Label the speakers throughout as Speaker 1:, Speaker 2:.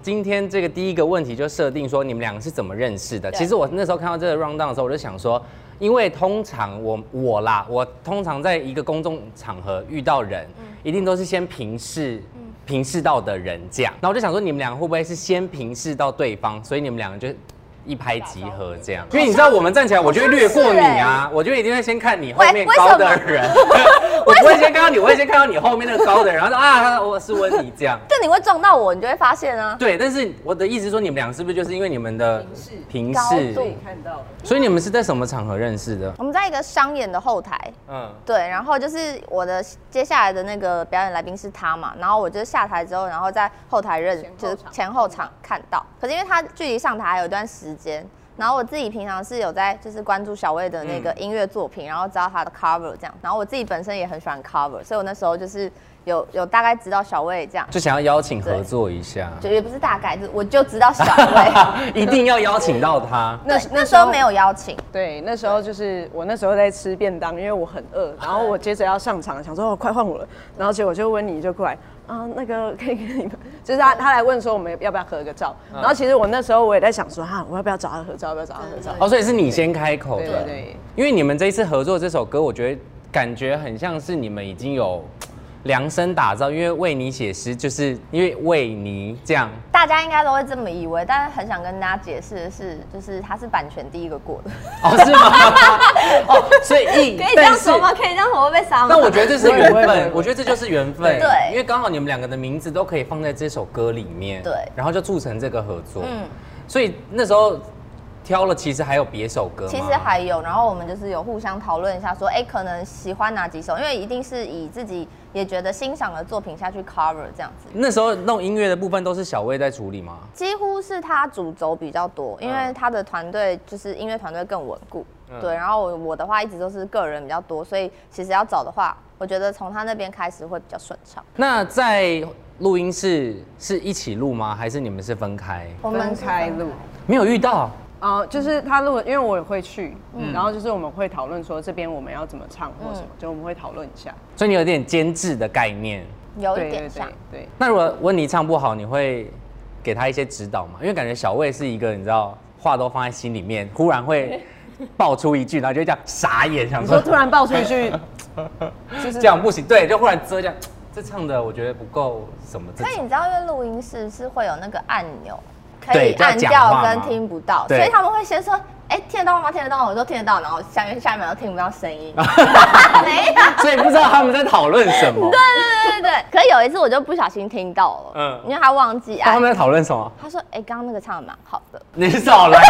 Speaker 1: 今天这个第一个问题就设定说你们两个是怎么认识的。其实我那时候看到这个 round down 的时候，我就想说，因为通常我通常在一个公众场合遇到人，一定都是先平视到的人这样。然后我就想说，你们两个会不会是先平视到对方，所以你们两个就一拍即合这样？因为你知道我们站起来，我就会略过你啊，我就一定会先看你后面高的人，我不会先看到你，我会先看到你后面那个高的人，然后说啊，我是温妮这样。
Speaker 2: 就你会撞到我，你就会发现啊。
Speaker 1: 对，但是我的意思是说，你们俩是不是就是因为你们的平视
Speaker 3: 看到？
Speaker 1: 所以你们是在什么场合认识的？
Speaker 2: 我们在一个商演的后台，对，然后就是我的接下来的那个表演来宾是他嘛，然后我就下台之后，然后在后台就是前后场看到，可是因为他距离上台还有一段时间。然后我自己平常是有在就是关注小魏的那个音乐作品，然后知道他的 cover 这样，然后我自己本身也很喜欢 cover， 所以我那时候就是有大概知道小魏这样，
Speaker 1: 就想要邀请合作一下，
Speaker 2: 就也不是大概，我就知道小魏，
Speaker 1: 一定要邀请到他。
Speaker 2: 那时候没有邀请，
Speaker 3: 对，那时候就是我那时候在吃便当，因为我很饿，然后我接着要上场，想说哦快换我了，然后结果就温妮就过来。那个可以跟你们，就是他来问说我们要不要合个照，然后其实我那时候我也在想说我要不要找他合照，要不要找他合照？
Speaker 1: 哦，所以是你先开口的，
Speaker 3: 对，
Speaker 1: 因为你们这一次合作这首歌，我觉得感觉很像是你们已经有量身打造，因为为你写诗，就是因为为你这样，
Speaker 2: 大家应该都会这么以为，但是很想跟大家解释的是，就是他是版权第一个过的。
Speaker 1: 哦，是吗？哦，所以
Speaker 2: 可以这样说吗？可以这样说会被杀吗？
Speaker 1: 但我觉得这是缘分，我觉得这就是缘分。
Speaker 2: 对，
Speaker 1: 因为刚好你们两个的名字都可以放在这首歌里面，
Speaker 2: 对，
Speaker 1: 然后就促成这个合作。所以那时候挑了，其实还有别首歌吗？
Speaker 2: 其实还有，然后我们就是有互相讨论一下，说，可能喜欢哪几首，因为一定是以自己也觉得欣赏的作品下去 cover 这样子。
Speaker 1: 那时候弄音乐的部分都是小魏在处理吗？
Speaker 2: 几乎是他主轴比较多，因为他的团队就是音乐团队更稳固，对。然后我的话一直都是个人比较多，所以其实要找的话，我觉得从他那边开始会比较顺畅。
Speaker 1: 那在录音室是一起录吗？还是你们是分开？
Speaker 2: 我们
Speaker 3: 分开录，
Speaker 1: 没有遇到。
Speaker 3: 就是他录，因为我也会去，然后就是我们会讨论说这边我们要怎么唱或什么，就我们会讨论一下。
Speaker 1: 所以你有点监制的概念，
Speaker 2: 有一点像。
Speaker 3: 对。
Speaker 1: 那如果温妮唱不好，你会给他一些指导吗？因为感觉小魏是一个你知道话都放在心里面，忽然会爆出一句，然后就这样傻眼，想说
Speaker 3: 突然爆出一句，
Speaker 1: 就是这样不行，对，就忽然遮这样，这唱的我觉得不够什么。
Speaker 2: 所以你知道，因为录音室是会有那个按钮。可以按掉跟听不到，所以他们会先说，听得到吗？听得到，我说听得到，然后下一秒都听不到声音，没有，
Speaker 1: 所以不知道他们在讨论什么。
Speaker 2: 对。可是有一次我就不小心听到了，因为他忘记按。
Speaker 1: 他们在讨论什么？
Speaker 2: 他说，刚刚那个唱的蛮好的。
Speaker 1: 你少来，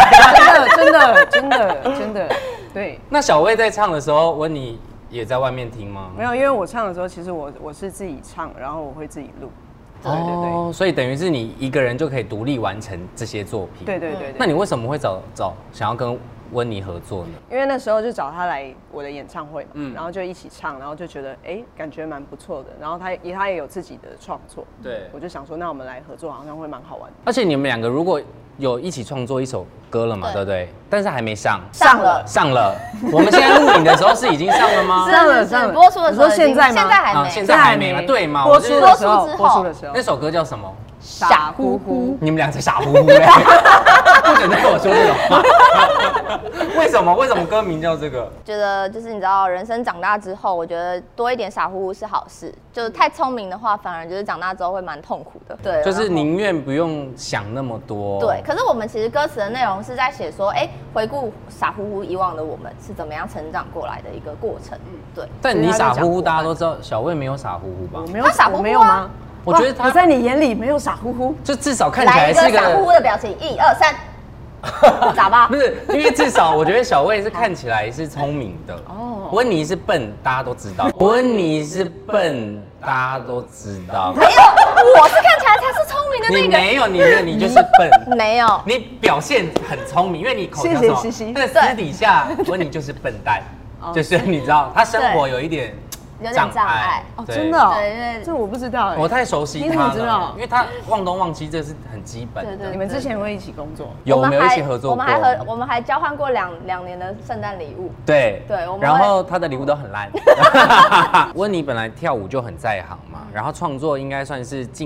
Speaker 3: 真的，对。
Speaker 1: 那小魏在唱的时候，温妮也在外面听吗？
Speaker 3: 没有，因为我唱的时候，其实我是自己唱，然后我会自己录。
Speaker 1: 对，所以等于是你一个人就可以独立完成这些作品。
Speaker 3: 对。
Speaker 1: 那你为什么会找想要跟温妮合作呢？
Speaker 3: 因为那时候就找他来我的演唱会嘛，然后就一起唱，然后就觉得感觉蛮不错的。然后他也有自己的创作，
Speaker 1: 对，
Speaker 3: 我就想说，那我们来合作好像会蛮好玩的。
Speaker 1: 而且你们两个如果有一起创作一首歌了嘛，对不对？但是还没上了。我们现在录影的时候是已经上了吗？
Speaker 2: 上了。播出的时候
Speaker 3: 现在吗？
Speaker 2: 现在还没
Speaker 1: 嘛？对吗？
Speaker 3: 播出的时候，
Speaker 1: 那首歌叫什么？
Speaker 3: 傻乎乎。
Speaker 1: 你们俩才傻乎乎嘞，不准再跟我说这种话。为什么歌名叫这个？
Speaker 2: 觉得就是你知道，人生长大之后，我觉得多一点傻乎乎是好事。就是太聪明的话，反而就是长大之后会蛮痛苦的。对，
Speaker 1: 就是宁愿不用想那么多。
Speaker 2: 对，可是我们其实歌词的内容是在写说，回顾傻乎乎以往的我们是怎么样成长过来的一个过程。对。
Speaker 1: 但你傻乎乎，大家都知道，小魏没有傻乎乎吧？
Speaker 3: 我没有傻乎乎没有吗？
Speaker 1: 我觉得他
Speaker 3: 在你眼里没有傻乎乎，
Speaker 1: 就至少看起来是一个
Speaker 2: 傻乎乎的表情。1、2、3，傻吧？
Speaker 1: 不是，因为至少我觉得小魏是看起来是聪明的。温妮是笨，大家都知道。温妮是笨，大家都知道。
Speaker 2: 没有，我是看起来才是聪明的那个。
Speaker 1: 你没有，你就是笨。
Speaker 2: 没有，
Speaker 1: 你表现很聪明，因为你口条什么，但私底下温妮就是笨蛋，就是你知道，他生活有一点。
Speaker 2: 有点障碍
Speaker 3: 哦，真的哦，
Speaker 2: 对，
Speaker 3: 这我不知道哎，
Speaker 1: 我太熟悉他了，因为他忘东忘西，这是很基本的。
Speaker 3: 你们之前会一起工作？
Speaker 1: 有没有一起合作过？
Speaker 2: 我们还交换过两年的圣诞礼物。
Speaker 1: 对，然后他的礼物都很烂。近温妮本来跳舞就很在行嘛，然后创作应该算是近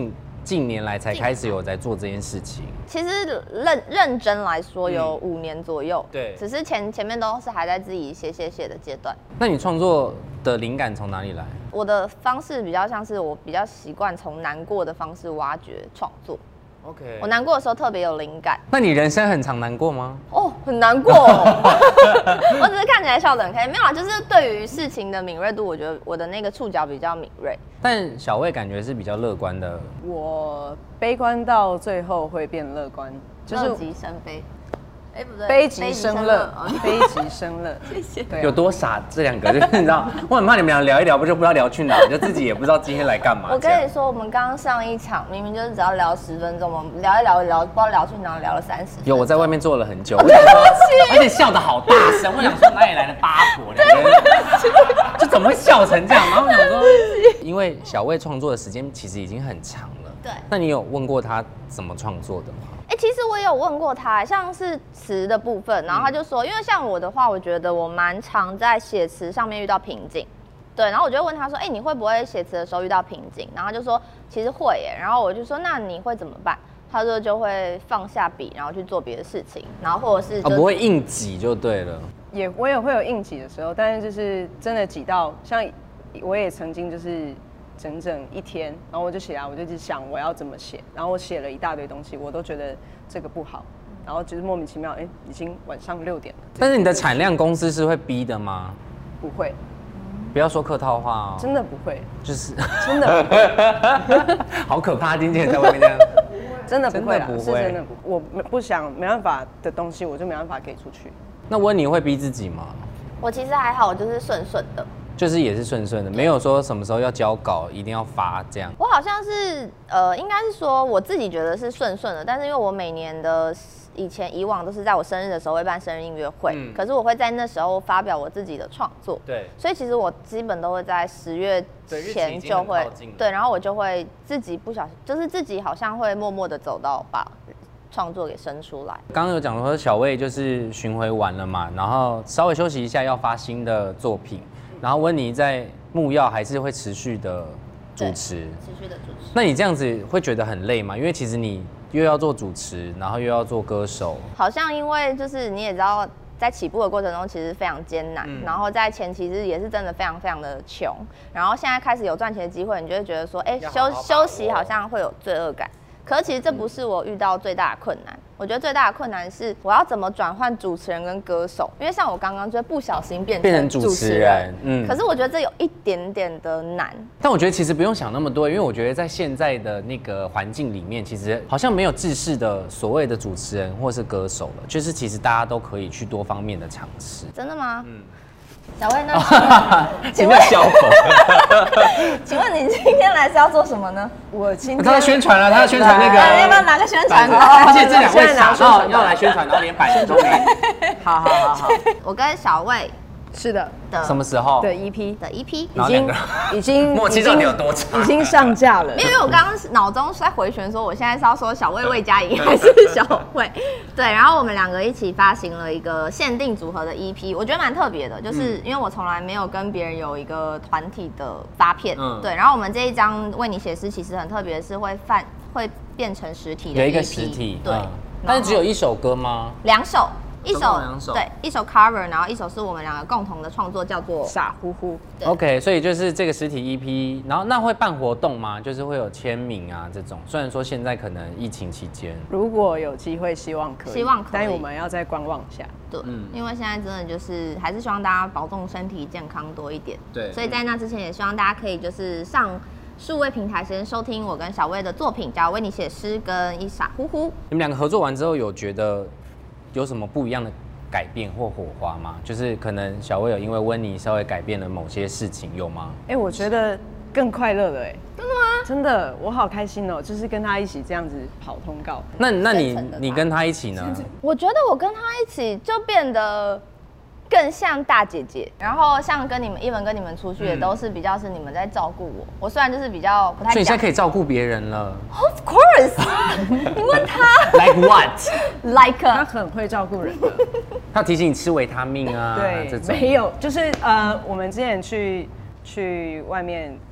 Speaker 1: 近年来才开始有在做这件事情？
Speaker 2: 其实认真来说有5年左右，
Speaker 1: 对，
Speaker 2: 只是前面都是还在自己写的阶段。
Speaker 1: 那你创作的灵感从哪里来？
Speaker 2: 我的方式比较像是我比较习惯从难过的方式挖掘创作。
Speaker 1: OK，
Speaker 2: 我难过的时候特别有灵感。
Speaker 1: 那你人生很常难过吗？
Speaker 2: 哦，很难过、我只是看起来笑得很开心，没有啦，就是对于事情的敏锐度，我觉得我的那个触角比较敏锐。
Speaker 1: 但小魏感觉是比较乐观的。
Speaker 3: 我悲观到最后会变乐观，
Speaker 2: 乐极生悲。不对，
Speaker 3: 悲极生乐，悲极生乐。
Speaker 2: 谢谢。
Speaker 3: 对啊，
Speaker 1: 有多傻？这2个就是你知道，我很怕你们俩聊一聊，就不知道聊去哪，就自己也不知道今天来干嘛。
Speaker 2: 我跟你说，我们刚刚上一场明明就是只要聊10分钟，我们聊一聊，不知道聊去哪，聊了30分钟。
Speaker 1: 有，我在外面坐了很久，而且笑得好大声，我想说哪里来的八婆，2个人就怎么会笑成这样？然后我想说，因为小魏创作的时间其实已经很长了，
Speaker 2: 对。
Speaker 1: 那你有问过他怎么创作的吗？
Speaker 2: 其实我也有问过他，像是词的部分，然后他就说，因为像我的话，我觉得我蛮常在写词上面遇到瓶颈，对，然后我就问他说，你会不会写词的时候遇到瓶颈？然后他就说其实会耶，然后我就说那你会怎么办？他说就会放下笔，然后去做别的事情，然后或者是
Speaker 1: 不会硬挤就对了。
Speaker 3: 我也会有硬挤的时候，但是就是真的挤到，像我也曾经就是整整1天，然后我就起来，我就一直想我要怎么写，然后我写了一大堆东西，我都觉得这个不好，然后就是莫名其妙，已经晚上6点了。
Speaker 1: 但是你的产量公司是会逼的吗？
Speaker 3: 不会，
Speaker 1: 不要说客套话哦。
Speaker 3: 真的不会，
Speaker 1: 就是
Speaker 3: 真的不会，
Speaker 1: 好可怕，经纪人在外面这样。
Speaker 3: 真的不会啦，
Speaker 1: 真的不会，
Speaker 3: 是真的不，我不想没办法的东西，我就没办法给出去。
Speaker 1: 那温妮会逼自己吗？
Speaker 2: 我其实还好，我就是顺的。
Speaker 1: 就是也是顺的，没有说什么时候要交稿一定要发这样。
Speaker 2: 我好像是应该是说我自己觉得是顺的，但是因为我每年的以往都是在我生日的时候会办生日音乐会，可是我会在那时候发表我自己的创作，
Speaker 1: 对，
Speaker 2: 所以其实我基本都会在10月前就会，对，然后我就会自己不小心，就是自己好像会默默的走到把创作给生出来。
Speaker 1: 刚刚有讲说小魏就是巡回完了嘛，然后稍微休息一下要发新的作品。然后温妮在木曜还是会持续的主持，
Speaker 2: 持续的主持。
Speaker 1: 那你这样子会觉得很累吗？因为其实你又要做主持，然后又要做歌手。
Speaker 2: 好像因为就是你也知道，在起步的过程中其实非常艰难，然后在前期是也是真的非常非常的穷，然后现在开始有赚钱的机会，你就会觉得说，休息好像会有罪恶感。可是其实这不是我遇到最大的困难，我觉得最大的困难是我要怎么转换主持人跟歌手，因为像我刚刚就不小心变成主持人，可是我觉得这有一点点的难。
Speaker 1: 但我觉得其实不用想那么多，因为我觉得在现在的那个环境里面，其实好像没有制式的所谓的主持人或是歌手了，就是其实大家都可以去多方面的尝试。
Speaker 2: 真的吗？小魏呢？
Speaker 1: 请问小
Speaker 2: 请问你今天来是要做什么呢？
Speaker 3: 我今天
Speaker 1: 他在宣传了，他在宣传那个，
Speaker 2: 要不要拿个宣传？
Speaker 1: 而且这2位傻到要来宣传，然后连版都没。
Speaker 3: 好，
Speaker 2: 我跟小魏
Speaker 3: 是的
Speaker 1: 什么时候
Speaker 3: 的 EP 已经
Speaker 1: 默契到底有多长？
Speaker 3: 已经上架了。
Speaker 2: 因为我刚刚脑中在回旋说，我现在是要说小魏魏佳莹还是小魏？对，然后我们2个一起发行了一个限定组合的 EP， 我觉得蛮特别的，就是因为我从来没有跟别人有一个团体的发片，对，然后我们这一张为你写诗其实很特别的是会变成实体的 EP，
Speaker 1: 有一个实体，
Speaker 2: 对，
Speaker 1: 但是只有1首歌吗
Speaker 2: ？2首。
Speaker 1: 一首
Speaker 2: 对，一首 cover， 然后一首是我们2个共同的创作，叫做
Speaker 3: 傻乎乎。
Speaker 1: OK， 所以就是这个实体 EP， 然后那会办活动吗？就是会有签名啊这种。虽然说现在可能疫情期间，
Speaker 3: 如果有机会，希望可以，但是我们要再观望一下。
Speaker 2: 对，因为现在真的就是还是希望大家保重身体健康多一点。
Speaker 1: 对，
Speaker 2: 所以在那之前也希望大家可以就是上数位平台先收听我跟小魏的作品，叫《为你写诗》跟《一傻乎乎》。
Speaker 1: 你们2个合作完之后，有觉得有什么不一样的改变或火花吗？就是可能小魏有因为温妮稍微改变了某些事情，有吗？
Speaker 3: 我觉得更快乐了真的吗？真的，我好开心哦！就是跟他一起这样子跑通告。
Speaker 1: 那你跟他一起呢？
Speaker 2: 我觉得我跟他一起就变得更像大姐姐，然后像跟你们跟你们出去也都是比较是你们在照顾我。我虽然就是比较不太，
Speaker 1: 所以你现在可以照顾别人了。
Speaker 2: Of course， 你问他
Speaker 1: ，Like what？
Speaker 2: Like
Speaker 3: 他很会照顾人的。
Speaker 1: 他提醒你吃维他命啊，
Speaker 3: 对，
Speaker 1: 这种
Speaker 3: 没有，就是我们之前去外面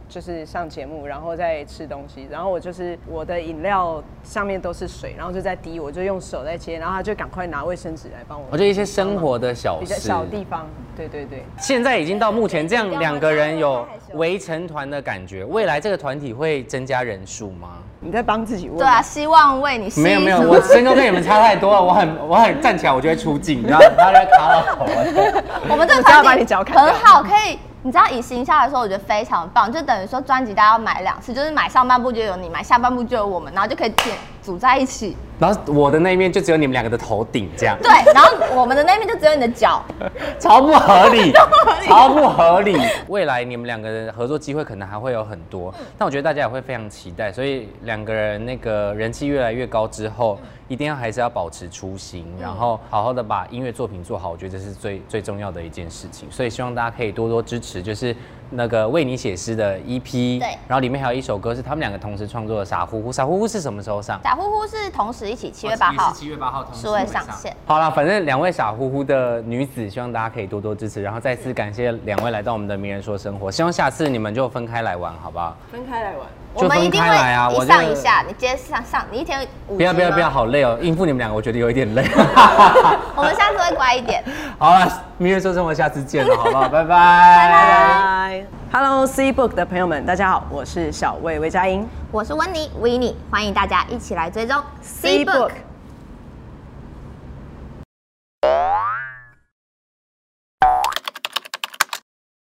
Speaker 3: 就是上节目，然后再吃东西，然后我的饮料上面都是水，然后就在滴，我就用手在接，然后他就赶快拿卫生纸来帮我。
Speaker 1: 我觉得一些生活的小事，
Speaker 3: 小地方，对。
Speaker 1: 现在已经到目前这样2个人有围成团的感觉，未来这个团体会增加人数吗？
Speaker 3: 你在帮自己问？
Speaker 2: 对啊，希望为你。
Speaker 1: 没有，我身高跟你们差太多了，我很站起来我就会出镜，然后他就卡到头了。
Speaker 2: 我们这个团体很好，可以。你知道以行销来说，我觉得非常棒，就等于说专辑大家要买2次，就是买上半部就有你，买下半部就有我们，然后就可以组在一起。
Speaker 1: 然后我的那一面就只有你们2个的头顶这样。
Speaker 2: 对，然后我们的那一面就只有你的脚，
Speaker 1: 超不合理，超不合理。未来你们2个人合作机会可能还会有很多，但我觉得大家也会非常期待，所以2个人那个人气越来越高之后，一定还是要保持初心，然后好好的把音乐作品做好，我觉得这是最重要的一件事情。所以希望大家可以多多支持，就是那个为你写诗的 EP，
Speaker 2: 对，
Speaker 1: 然后里面还有一首歌是他们2个同时创作的《傻乎乎》。傻乎乎是什么时候上？
Speaker 2: 傻乎乎是同时一起7月8号
Speaker 1: ，7月8号同时
Speaker 2: 数位上线。
Speaker 1: 好了，反正2位傻乎乎的女子，希望大家可以多多支持，然后再次感谢2位来到我们的名人说生活，希望下次你们就分开来玩，好不好？
Speaker 3: 分开来玩。
Speaker 2: 我们一定会一上一下，你接上，你一天5集。
Speaker 1: 不要，好累哦，应付你们2个，我觉得有一点累。
Speaker 2: 我们下次会乖一点。
Speaker 1: 好了，名人说生活，下次见了，好不好？拜拜。
Speaker 2: 拜拜。
Speaker 3: Hello C Book 的朋友们，大家好，我是小魏魏佳音，
Speaker 2: 我是温妮 Winnie， 欢迎大家一起来追踪 C Book。